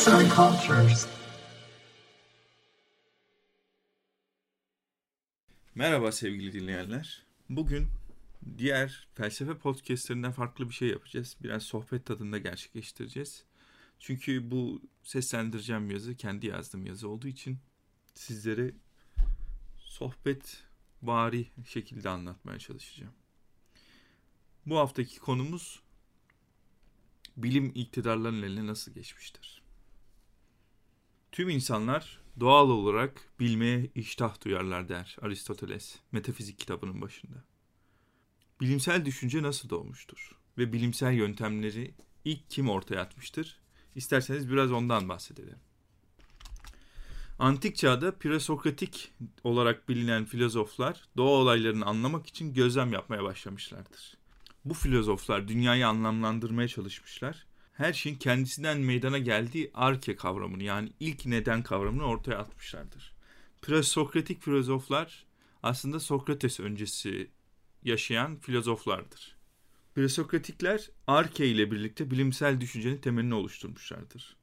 Arts and Cultures. Merhaba sevgili dinleyenler. Bugün diğer felsefe podcastlerinden farklı bir şey yapacağız. Biraz sohbet tadında gerçekleştireceğiz. Çünkü bu seslendireceğim yazı kendi yazdığım yazı olduğu için sizlere sohbet vari şekilde anlatmaya çalışacağım. Bu haftaki konumuz bilim iktidarların eline nasıl geçmiştir? Tüm insanlar doğal olarak bilmeye iştah duyarlar der Aristoteles Metafizik kitabının başında. Bilimsel düşünce nasıl doğmuştur? Ve bilimsel yöntemleri ilk kim ortaya atmıştır? İsterseniz biraz ondan bahsedelim. Antik çağda presokratik olarak bilinen filozoflar doğa olaylarını anlamak için gözlem yapmaya başlamışlardır. Bu filozoflar dünyayı anlamlandırmaya çalışmışlar. Her şeyin kendisinden meydana geldiği arke kavramını yani ilk neden kavramını ortaya atmışlardır. Presokratik filozoflar aslında Sokrates öncesi yaşayan filozoflardır. Presokratikler arke ile birlikte bilimsel düşüncenin temelini oluşturmuşlardır.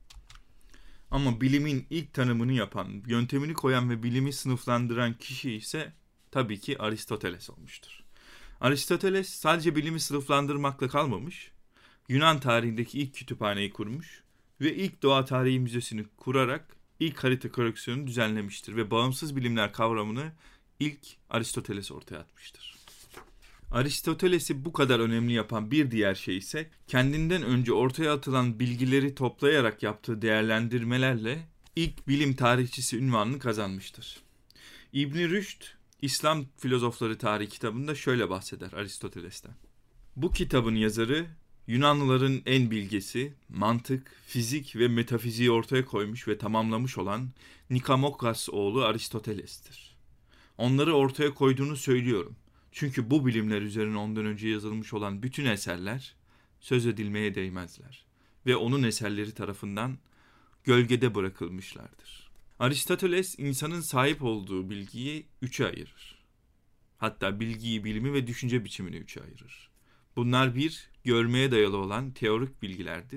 Ama bilimin ilk tanımını yapan, yöntemini koyan ve bilimi sınıflandıran kişi ise tabii ki Aristoteles olmuştur. Aristoteles sadece bilimi sınıflandırmakla kalmamış, Yunan tarihindeki ilk kütüphaneyi kurmuş ve ilk doğa tarihi müzesini kurarak ilk harita koleksiyonunu düzenlemiştir ve bağımsız bilimler kavramını ilk Aristoteles ortaya atmıştır. Aristoteles'i bu kadar önemli yapan bir diğer şey ise kendinden önce ortaya atılan bilgileri toplayarak yaptığı değerlendirmelerle ilk bilim tarihçisi unvanını kazanmıştır. İbn-i Rüşd, İslam Filozofları Tarihi kitabında şöyle bahseder Aristoteles'ten. Bu kitabın yazarı Yunanlıların en bilgesi, mantık, fizik ve metafiziği ortaya koymuş ve tamamlamış olan Nikamokras oğlu Aristoteles'tir. Onları ortaya koyduğunu söylüyorum. Çünkü bu bilimler üzerine ondan önce yazılmış olan bütün eserler söz edilmeye değmezler ve onun eserleri tarafından gölgede bırakılmışlardır. Aristoteles insanın sahip olduğu bilgiyi üçe ayırır. Hatta bilgiyi, bilimi ve düşünce biçimini üçe ayırır. Bunlar 1. Görmeye dayalı olan teorik bilgilerdir.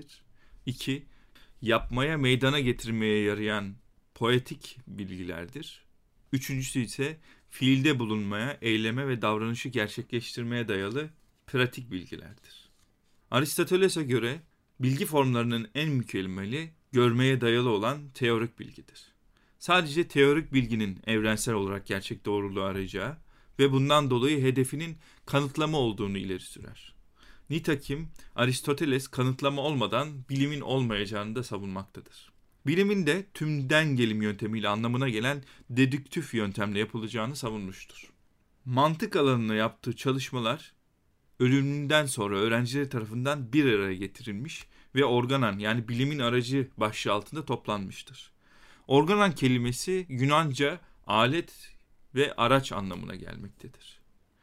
2. Yapmaya, meydana getirmeye yarayan poetik bilgilerdir. 3.'sü ise fiilde bulunmaya, eyleme ve davranışı gerçekleştirmeye dayalı pratik bilgilerdir. Aristoteles'e göre bilgi formlarının en mükemmeli görmeye dayalı olan teorik bilgidir. Sadece teorik bilginin evrensel olarak gerçek doğruluğu arayacağı ve bundan dolayı hedefinin kanıtlama olduğunu ileri sürer. Nitekim Aristoteles kanıtlama olmadan bilimin olmayacağını da savunmaktadır. Bilimin de tümden gelim yöntemiyle anlamına gelen dedüktif yöntemle yapılacağını savunmuştur. Mantık alanına yaptığı çalışmalar ölümünden sonra öğrencileri tarafından bir araya getirilmiş ve organon yani bilimin aracı başlığı altında toplanmıştır. Organon kelimesi Yunanca alet ve araç anlamına gelmektedir.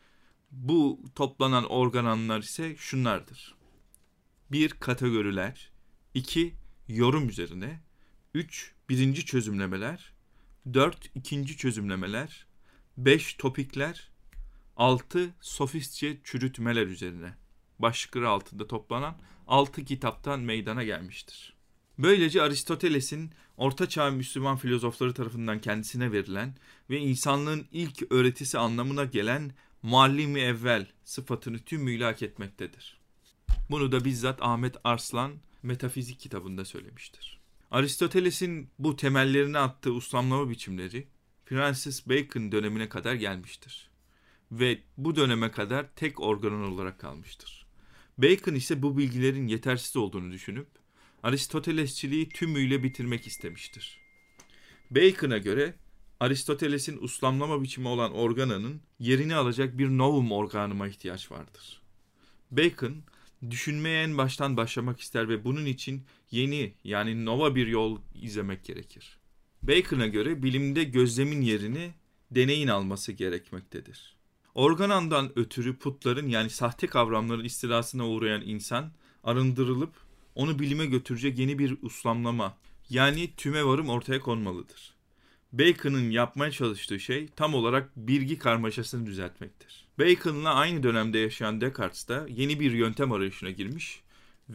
Bu toplanan organonlar ise şunlardır. 1. Kategoriler 2. Yorum üzerine 3. Birinci çözümlemeler 4. İkinci çözümlemeler 5. Topikler 6. Sofistçe çürütmeler üzerine başlıkları altında toplanan 6 kitaptan meydana gelmiştir. Böylece Aristoteles'in Ortaçağ Müslüman filozofları tarafından kendisine verilen ve insanlığın ilk öğretisi anlamına gelen muallim-i evvel sıfatını tümüyle hak etmektedir. Bunu da bizzat Ahmet Arslan Metafizik kitabında söylemiştir. Aristoteles'in bu temellerini attığı uslamlama biçimleri Francis Bacon dönemine kadar gelmiştir. Ve bu döneme kadar tek organon olarak kalmıştır. Bacon ise bu bilgilerin yetersiz olduğunu düşünüp Aristotelesçiliği tümüyle bitirmek istemiştir. Bacon'a göre Aristoteles'in uslamlama biçimi olan organonun yerini alacak bir novum organuma ihtiyaç vardır. Bacon, düşünmeye en baştan başlamak ister ve bunun için yeni yani nova bir yol izlemek gerekir. Bacon'a göre bilimde gözlemin yerini deneyin alması gerekmektedir. Organondan ötürü putların yani sahte kavramların istilasına uğrayan insan arındırılıp onu bilime götürecek yeni bir uslamlama yani tümevarım ortaya konmalıdır. Bacon'ın yapmaya çalıştığı şey tam olarak bilgi karmaşasını düzeltmektir. Bacon'la aynı dönemde yaşayan Descartes da yeni bir yöntem arayışına girmiş ve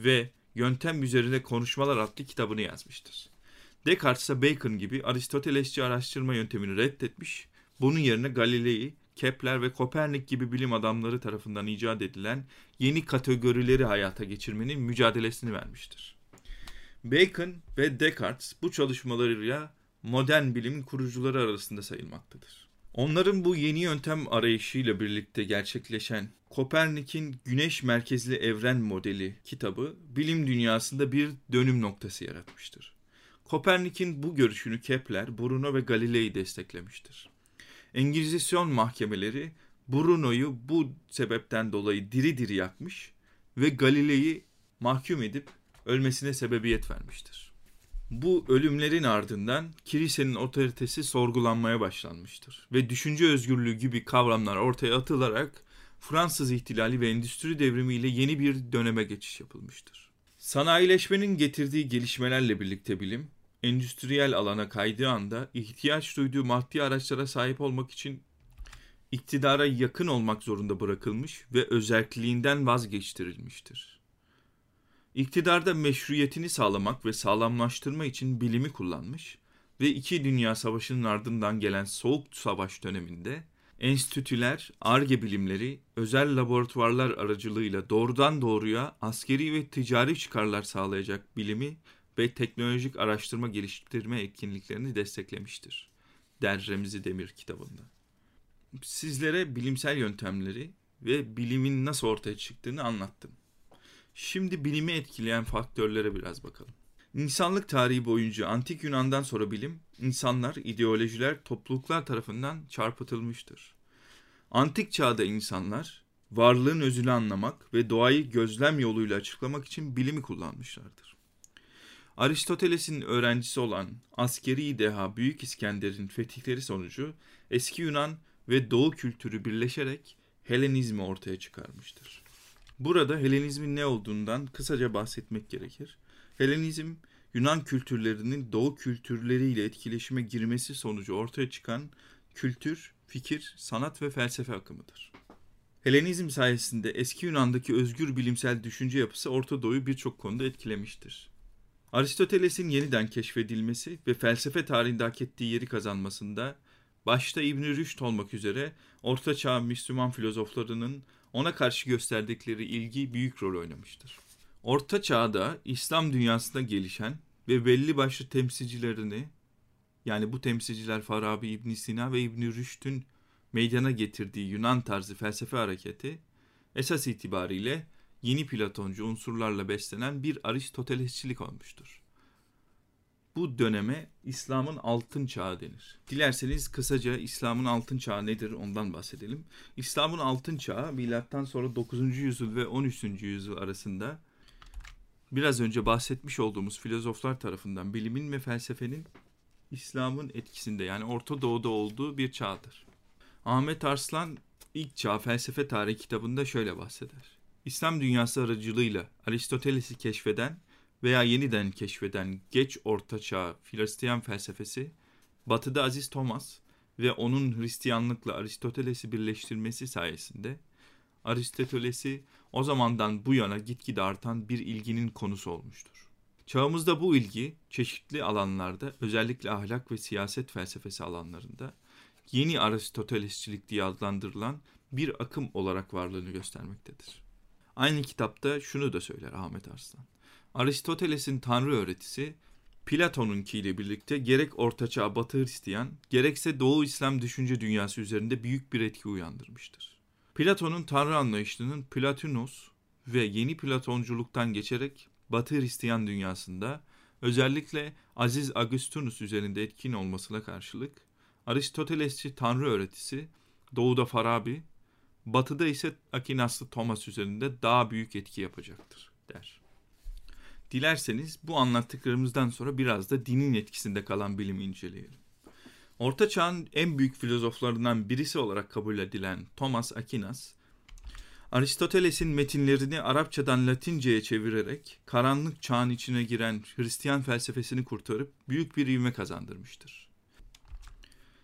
Yöntem Üzerine Konuşmalar adlı kitabını yazmıştır. Descartes ise Bacon gibi Aristotelesçi araştırma yöntemini reddetmiş, bunun yerine Galilei, Kepler ve Kopernik gibi bilim adamları tarafından icat edilen yeni kategorileri hayata geçirmenin mücadelesini vermiştir. Bacon ve Descartes bu çalışmalarıyla modern bilimin kurucuları arasında sayılmaktadır. Onların bu yeni yöntem arayışıyla birlikte gerçekleşen Kopernik'in Güneş Merkezli Evren Modeli kitabı bilim dünyasında bir dönüm noktası yaratmıştır. Kopernik'in bu görüşünü Kepler, Bruno ve Galilei desteklemiştir. Engizisyon mahkemeleri Bruno'yu bu sebepten dolayı diri diri yakmış ve Galilei'yi mahkum edip ölmesine sebebiyet vermiştir. Bu ölümlerin ardından kilisenin otoritesi sorgulanmaya başlanmıştır ve düşünce özgürlüğü gibi kavramlar ortaya atılarak Fransız İhtilali ve Endüstri Devrimi ile yeni bir döneme geçiş yapılmıştır. Sanayileşmenin getirdiği gelişmelerle birlikte bilim, endüstriyel alana kaydığı anda ihtiyaç duyduğu maddi araçlara sahip olmak için iktidara yakın olmak zorunda bırakılmış ve özerkliğinden vazgeçtirilmiştir. İktidarda meşruiyetini sağlamak ve sağlamlaştırma için bilimi kullanmış ve İki Dünya Savaşı'nın ardından gelen Soğuk Savaş döneminde enstitüler, Ar-Ge bilimleri, özel laboratuvarlar aracılığıyla doğrudan doğruya askeri ve ticari çıkarlar sağlayacak bilimi ve teknolojik araştırma geliştirme etkinliklerini desteklemiştir, der Remzi Demir kitabında. Sizlere bilimsel yöntemleri ve bilimin nasıl ortaya çıktığını anlattım. Şimdi bilimi etkileyen faktörlere biraz bakalım. İnsanlık tarihi boyunca antik Yunan'dan sonra bilim, insanlar, ideolojiler, topluluklar tarafından çarpıtılmıştır. Antik çağda insanlar, varlığın özünü anlamak ve doğayı gözlem yoluyla açıklamak için bilimi kullanmışlardır. Aristoteles'in öğrencisi olan askeri deha Büyük İskender'in fetihleri sonucu eski Yunan ve Doğu kültürü birleşerek Helenizmi ortaya çıkarmıştır. Burada Helenizmin ne olduğundan kısaca bahsetmek gerekir. Helenizm, Yunan kültürlerinin Doğu kültürleriyle etkileşime girmesi sonucu ortaya çıkan kültür, fikir, sanat ve felsefe akımıdır. Helenizm sayesinde eski Yunan'daki özgür bilimsel düşünce yapısı Orta Doğu'yu birçok konuda etkilemiştir. Aristoteles'in yeniden keşfedilmesi ve felsefe tarihinde hak ettiği yeri kazanmasında başta İbn-i Rüşd olmak üzere Orta Çağ Müslüman filozoflarının ona karşı gösterdikleri ilgi büyük rol oynamıştır. Orta Çağ'da İslam dünyasında gelişen ve belli başlı temsilcilerini, yani bu temsilciler Farabi, İbn Sina ve İbn Rüşd'ün meydana getirdiği Yunan tarzı felsefe hareketi, esas itibariyle yeni Platoncu unsurlarla beslenen bir Aristotelesçilik olmuştur. Bu döneme İslam'ın altın çağı denir. Dilerseniz kısaca İslam'ın altın çağı nedir ondan bahsedelim. İslam'ın altın çağı milattan sonra 9. yüzyıl ve 13. yüzyıl arasında biraz önce bahsetmiş olduğumuz filozoflar tarafından bilimin ve felsefenin İslam'ın etkisinde, yani Orta Doğu'da olduğu bir çağdır. Ahmet Arslan İlk Çağ Felsefe Tarihi kitabında şöyle bahseder. İslam dünyası aracılığıyla Aristoteles'i keşfeden veya yeniden keşfeden geç Orta Çağ Hristiyan felsefesi, Batı'da Aziz Thomas ve onun Hristiyanlıkla Aristoteles'i birleştirmesi sayesinde Aristoteles'i o zamandan bu yana gitgide artan bir ilginin konusu olmuştur. Çağımızda bu ilgi çeşitli alanlarda, özellikle ahlak ve siyaset felsefesi alanlarında yeni Aristotelesçilik diye adlandırılan bir akım olarak varlığını göstermektedir. Aynı kitapta şunu da söyler Ahmet Arslan. Aristoteles'in Tanrı öğretisi, Platon'unkiyle birlikte gerek Ortaçağ Batı Hristiyan, gerekse Doğu İslam düşünce dünyası üzerinde büyük bir etki uyandırmıştır. Platon'un Tanrı anlayışının Platonos ve yeni Platonculuktan geçerek Batı Hristiyan dünyasında özellikle Aziz Augustinus üzerinde etkin olmasına karşılık, Aristotelesçi Tanrı öğretisi Doğu'da Farabi, Batı'da ise Akinaslı Thomas üzerinde daha büyük etki yapacaktır, der. Dilerseniz bu anlattıklarımızdan sonra biraz da dinin etkisinde kalan bilimi inceleyelim. Orta Çağ'ın en büyük filozoflarından birisi olarak kabul edilen Thomas Aquinas, Aristoteles'in metinlerini Arapçadan Latince'ye çevirerek karanlık çağın içine giren Hristiyan felsefesini kurtarıp büyük bir ivme kazandırmıştır.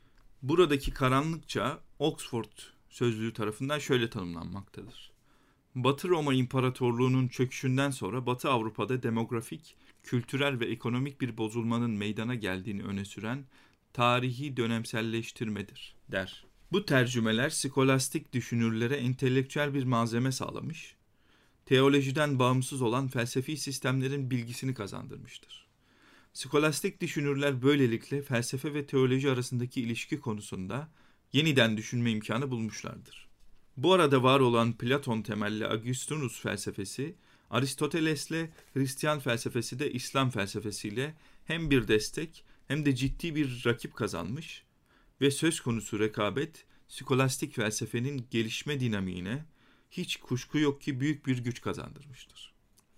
Buradaki karanlık çağ Oxford sözlüğü tarafından şöyle tanımlanmaktadır. Batı Roma İmparatorluğu'nun çöküşünden sonra Batı Avrupa'da demografik, kültürel ve ekonomik bir bozulmanın meydana geldiğini öne süren tarihi dönemselleştirmedir, der. Bu tercümeler skolastik düşünürlere entelektüel bir malzeme sağlamış, teolojiden bağımsız olan felsefi sistemlerin bilgisini kazandırmıştır. Skolastik düşünürler böylelikle felsefe ve teoloji arasındaki ilişki konusunda yeniden düşünme imkanı bulmuşlardır. Bu arada var olan Platon temelli Augustinus felsefesi, Aristoteles'le Hristiyan felsefesi de İslam felsefesiyle hem bir destek hem de ciddi bir rakip kazanmış ve söz konusu rekabet, skolastik felsefenin gelişme dinamiğine hiç kuşku yok ki büyük bir güç kazandırmıştır.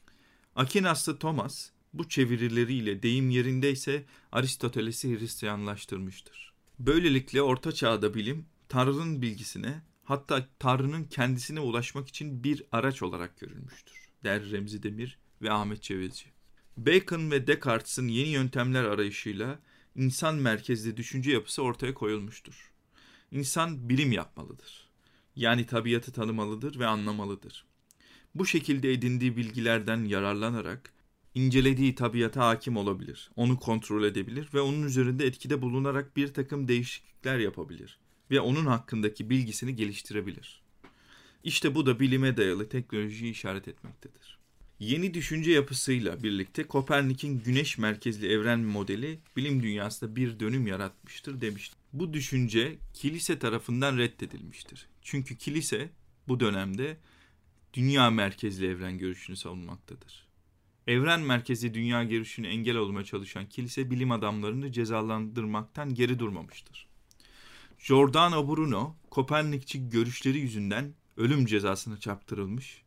Akinaslı Thomas, bu çevirileriyle deyim yerindeyse Aristoteles'i Hristiyanlaştırmıştır. Böylelikle Orta Çağ'da bilim, Tanrı'nın bilgisine, hatta Tanrı'nın kendisine ulaşmak için bir araç olarak görülmüştür, der Remzi Demir ve Ahmet Cevizci. Bacon ve Descartes'in yeni yöntemler arayışıyla insan merkezli düşünce yapısı ortaya koyulmuştur. İnsan bilim yapmalıdır. Yani tabiatı tanımalıdır ve anlamalıdır. Bu şekilde edindiği bilgilerden yararlanarak incelediği tabiata hakim olabilir, onu kontrol edebilir ve onun üzerinde etkide bulunarak bir takım değişiklikler yapabilir ve onun hakkındaki bilgisini geliştirebilir. İşte bu da bilime dayalı teknolojiyi işaret etmektedir. Yeni düşünce yapısıyla birlikte Kopernik'in güneş merkezli evren modeli bilim dünyasında bir dönüm yaratmıştır demiştir. Bu düşünce kilise tarafından reddedilmiştir. Çünkü kilise bu dönemde dünya merkezli evren görüşünü savunmaktadır. Evren merkezli dünya görüşüne engel olmaya çalışan kilise bilim adamlarını cezalandırmaktan geri durmamıştır. Giordano Bruno, Kopernikçi görüşleri yüzünden ölüm cezasına çarptırılmış,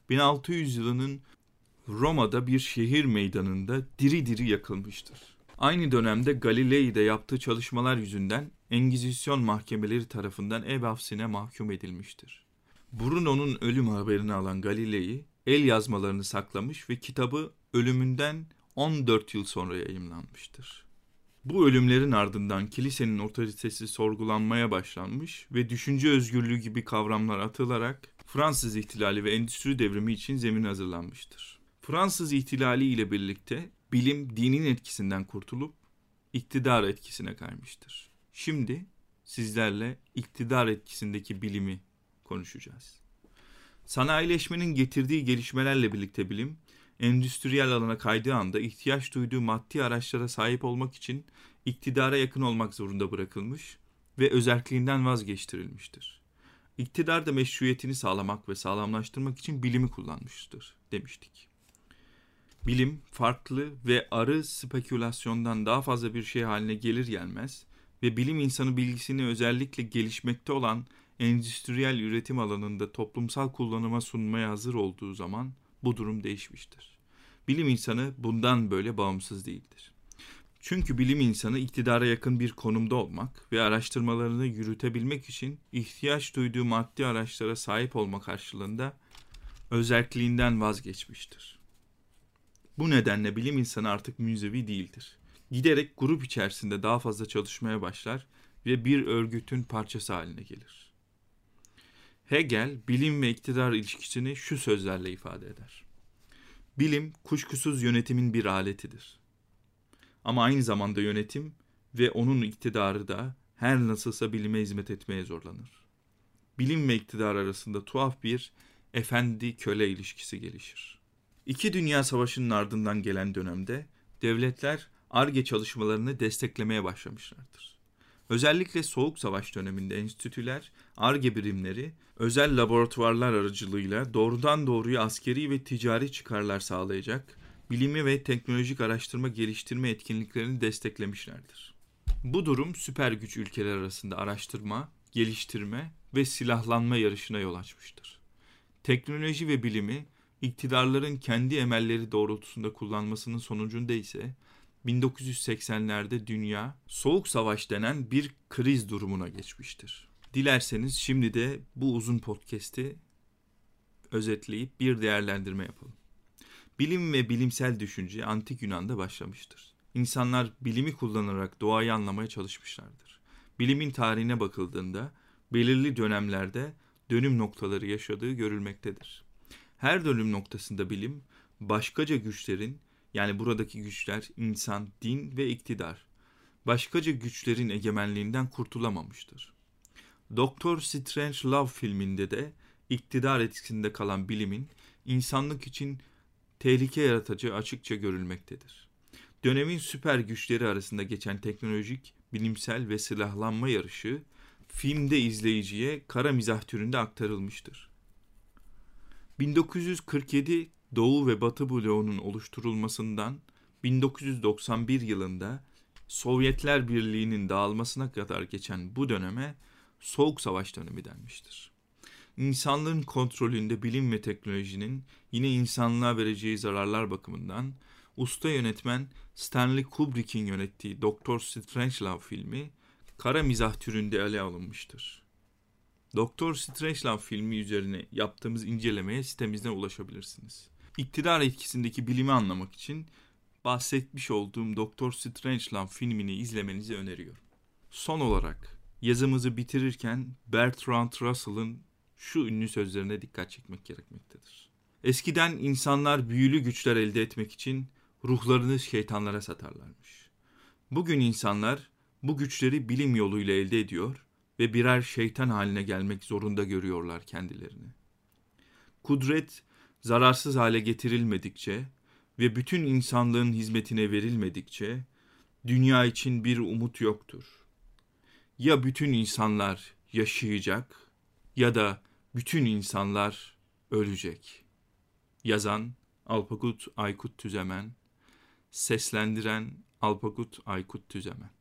1600 yılının Roma'da bir şehir meydanında diri diri yakılmıştır. Aynı dönemde Galilei'de yaptığı çalışmalar yüzünden Engizisyon mahkemeleri tarafından ev hapsine mahkum edilmiştir. Bruno'nun ölüm haberini alan Galilei, el yazmalarını saklamış ve kitabı ölümünden 14 yıl sonra yayımlanmıştır. Bu ölümlerin ardından kilisenin otoritesi sorgulanmaya başlanmış ve düşünce özgürlüğü gibi kavramlar atılarak Fransız ihtilali ve endüstri devrimi için zemin hazırlanmıştır. Fransız ihtilali ile birlikte bilim dinin etkisinden kurtulup iktidar etkisine kaymıştır. Şimdi sizlerle iktidar etkisindeki bilimi konuşacağız. Sanayileşmenin getirdiği gelişmelerle birlikte bilim, endüstriyel alana kaydığı anda ihtiyaç duyduğu maddi araçlara sahip olmak için iktidara yakın olmak zorunda bırakılmış ve özerkliğinden vazgeçtirilmiştir. İktidar da meşruiyetini sağlamak ve sağlamlaştırmak için bilimi kullanmıştır, demiştik. Bilim, farklı ve arı spekülasyondan daha fazla bir şey haline gelir gelmez ve bilim insanı bilgisini özellikle gelişmekte olan endüstriyel üretim alanında toplumsal kullanıma sunmaya hazır olduğu zaman bu durum değişmiştir. Bilim insanı bundan böyle bağımsız değildir. Çünkü bilim insanı iktidara yakın bir konumda olmak ve araştırmalarını yürütebilmek için ihtiyaç duyduğu maddi araçlara sahip olma karşılığında özerkliğinden vazgeçmiştir. Bu nedenle bilim insanı artık münzevi değildir. Giderek grup içerisinde daha fazla çalışmaya başlar ve bir örgütün parçası haline gelir. Hegel, bilim ve iktidar ilişkisini şu sözlerle ifade eder. Bilim, kuşkusuz yönetimin bir aletidir. Ama aynı zamanda yönetim ve onun iktidarı da her nasılsa bilime hizmet etmeye zorlanır. Bilim ve iktidar arasında tuhaf bir efendi-köle ilişkisi gelişir. İki Dünya Savaşı'nın ardından gelen dönemde devletler Ar-Ge çalışmalarını desteklemeye başlamışlardır. Özellikle Soğuk Savaş döneminde enstitüler, Ar-Ge birimleri, özel laboratuvarlar aracılığıyla doğrudan doğruya askeri ve ticari çıkarlar sağlayacak bilimi ve teknolojik araştırma geliştirme etkinliklerini desteklemişlerdir. Bu durum süper güç ülkeler arasında araştırma, geliştirme ve silahlanma yarışına yol açmıştır. Teknoloji ve bilimi iktidarların kendi emelleri doğrultusunda kullanmasının sonucunda ise 1980'lerde dünya Soğuk Savaş denen bir kriz durumuna geçmiştir. Dilerseniz şimdi de bu uzun podcast'i özetleyip bir değerlendirme yapalım. Bilim ve bilimsel düşünce Antik Yunan'da başlamıştır. İnsanlar bilimi kullanarak doğayı anlamaya çalışmışlardır. Bilimin tarihine bakıldığında belirli dönemlerde dönüm noktaları yaşadığı görülmektedir. Her dönüm noktasında bilim, başkaca güçlerin, yani buradaki güçler insan, din ve iktidar, başkaca güçlerin egemenliğinden kurtulamamıştır. Doktor Strangelove filminde de iktidar etkisinde kalan bilimin insanlık için tehlike yaratacağı açıkça görülmektedir. Dönemin süper güçleri arasında geçen teknolojik, bilimsel ve silahlanma yarışı filmde izleyiciye kara mizah türünde aktarılmıştır. 1947 Doğu ve Batı bloğunun oluşturulmasından 1991 yılında Sovyetler Birliği'nin dağılmasına kadar geçen bu döneme Soğuk Savaş dönemi denmiştir. İnsanlığın kontrolünde bilim ve teknolojinin yine insanlığa vereceği zararlar bakımından usta yönetmen Stanley Kubrick'in yönettiği Doktor Strangelove filmi kara mizah türünde ele alınmıştır. Doktor Strangelove filmi üzerine yaptığımız incelemeye sitemizden ulaşabilirsiniz. İktidar etkisindeki bilimi anlamak için bahsetmiş olduğum Doktor Strangelove filmini izlemenizi öneriyorum. Son olarak yazımızı bitirirken Bertrand Russell'ın şu ünlü sözlerine dikkat çekmek gerekmektedir. Eskiden insanlar büyülü güçler elde etmek için ruhlarını şeytanlara satarlarmış. Bugün insanlar bu güçleri bilim yoluyla elde ediyor ve birer şeytan haline gelmek zorunda görüyorlar kendilerini. Kudret zararsız hale getirilmedikçe ve bütün insanlığın hizmetine verilmedikçe dünya için bir umut yoktur. Ya bütün insanlar yaşayacak ya da bütün insanlar ölecek. Yazan Alpakut Aykut Tüzemen, seslendiren Alpakut Aykut Tüzemen.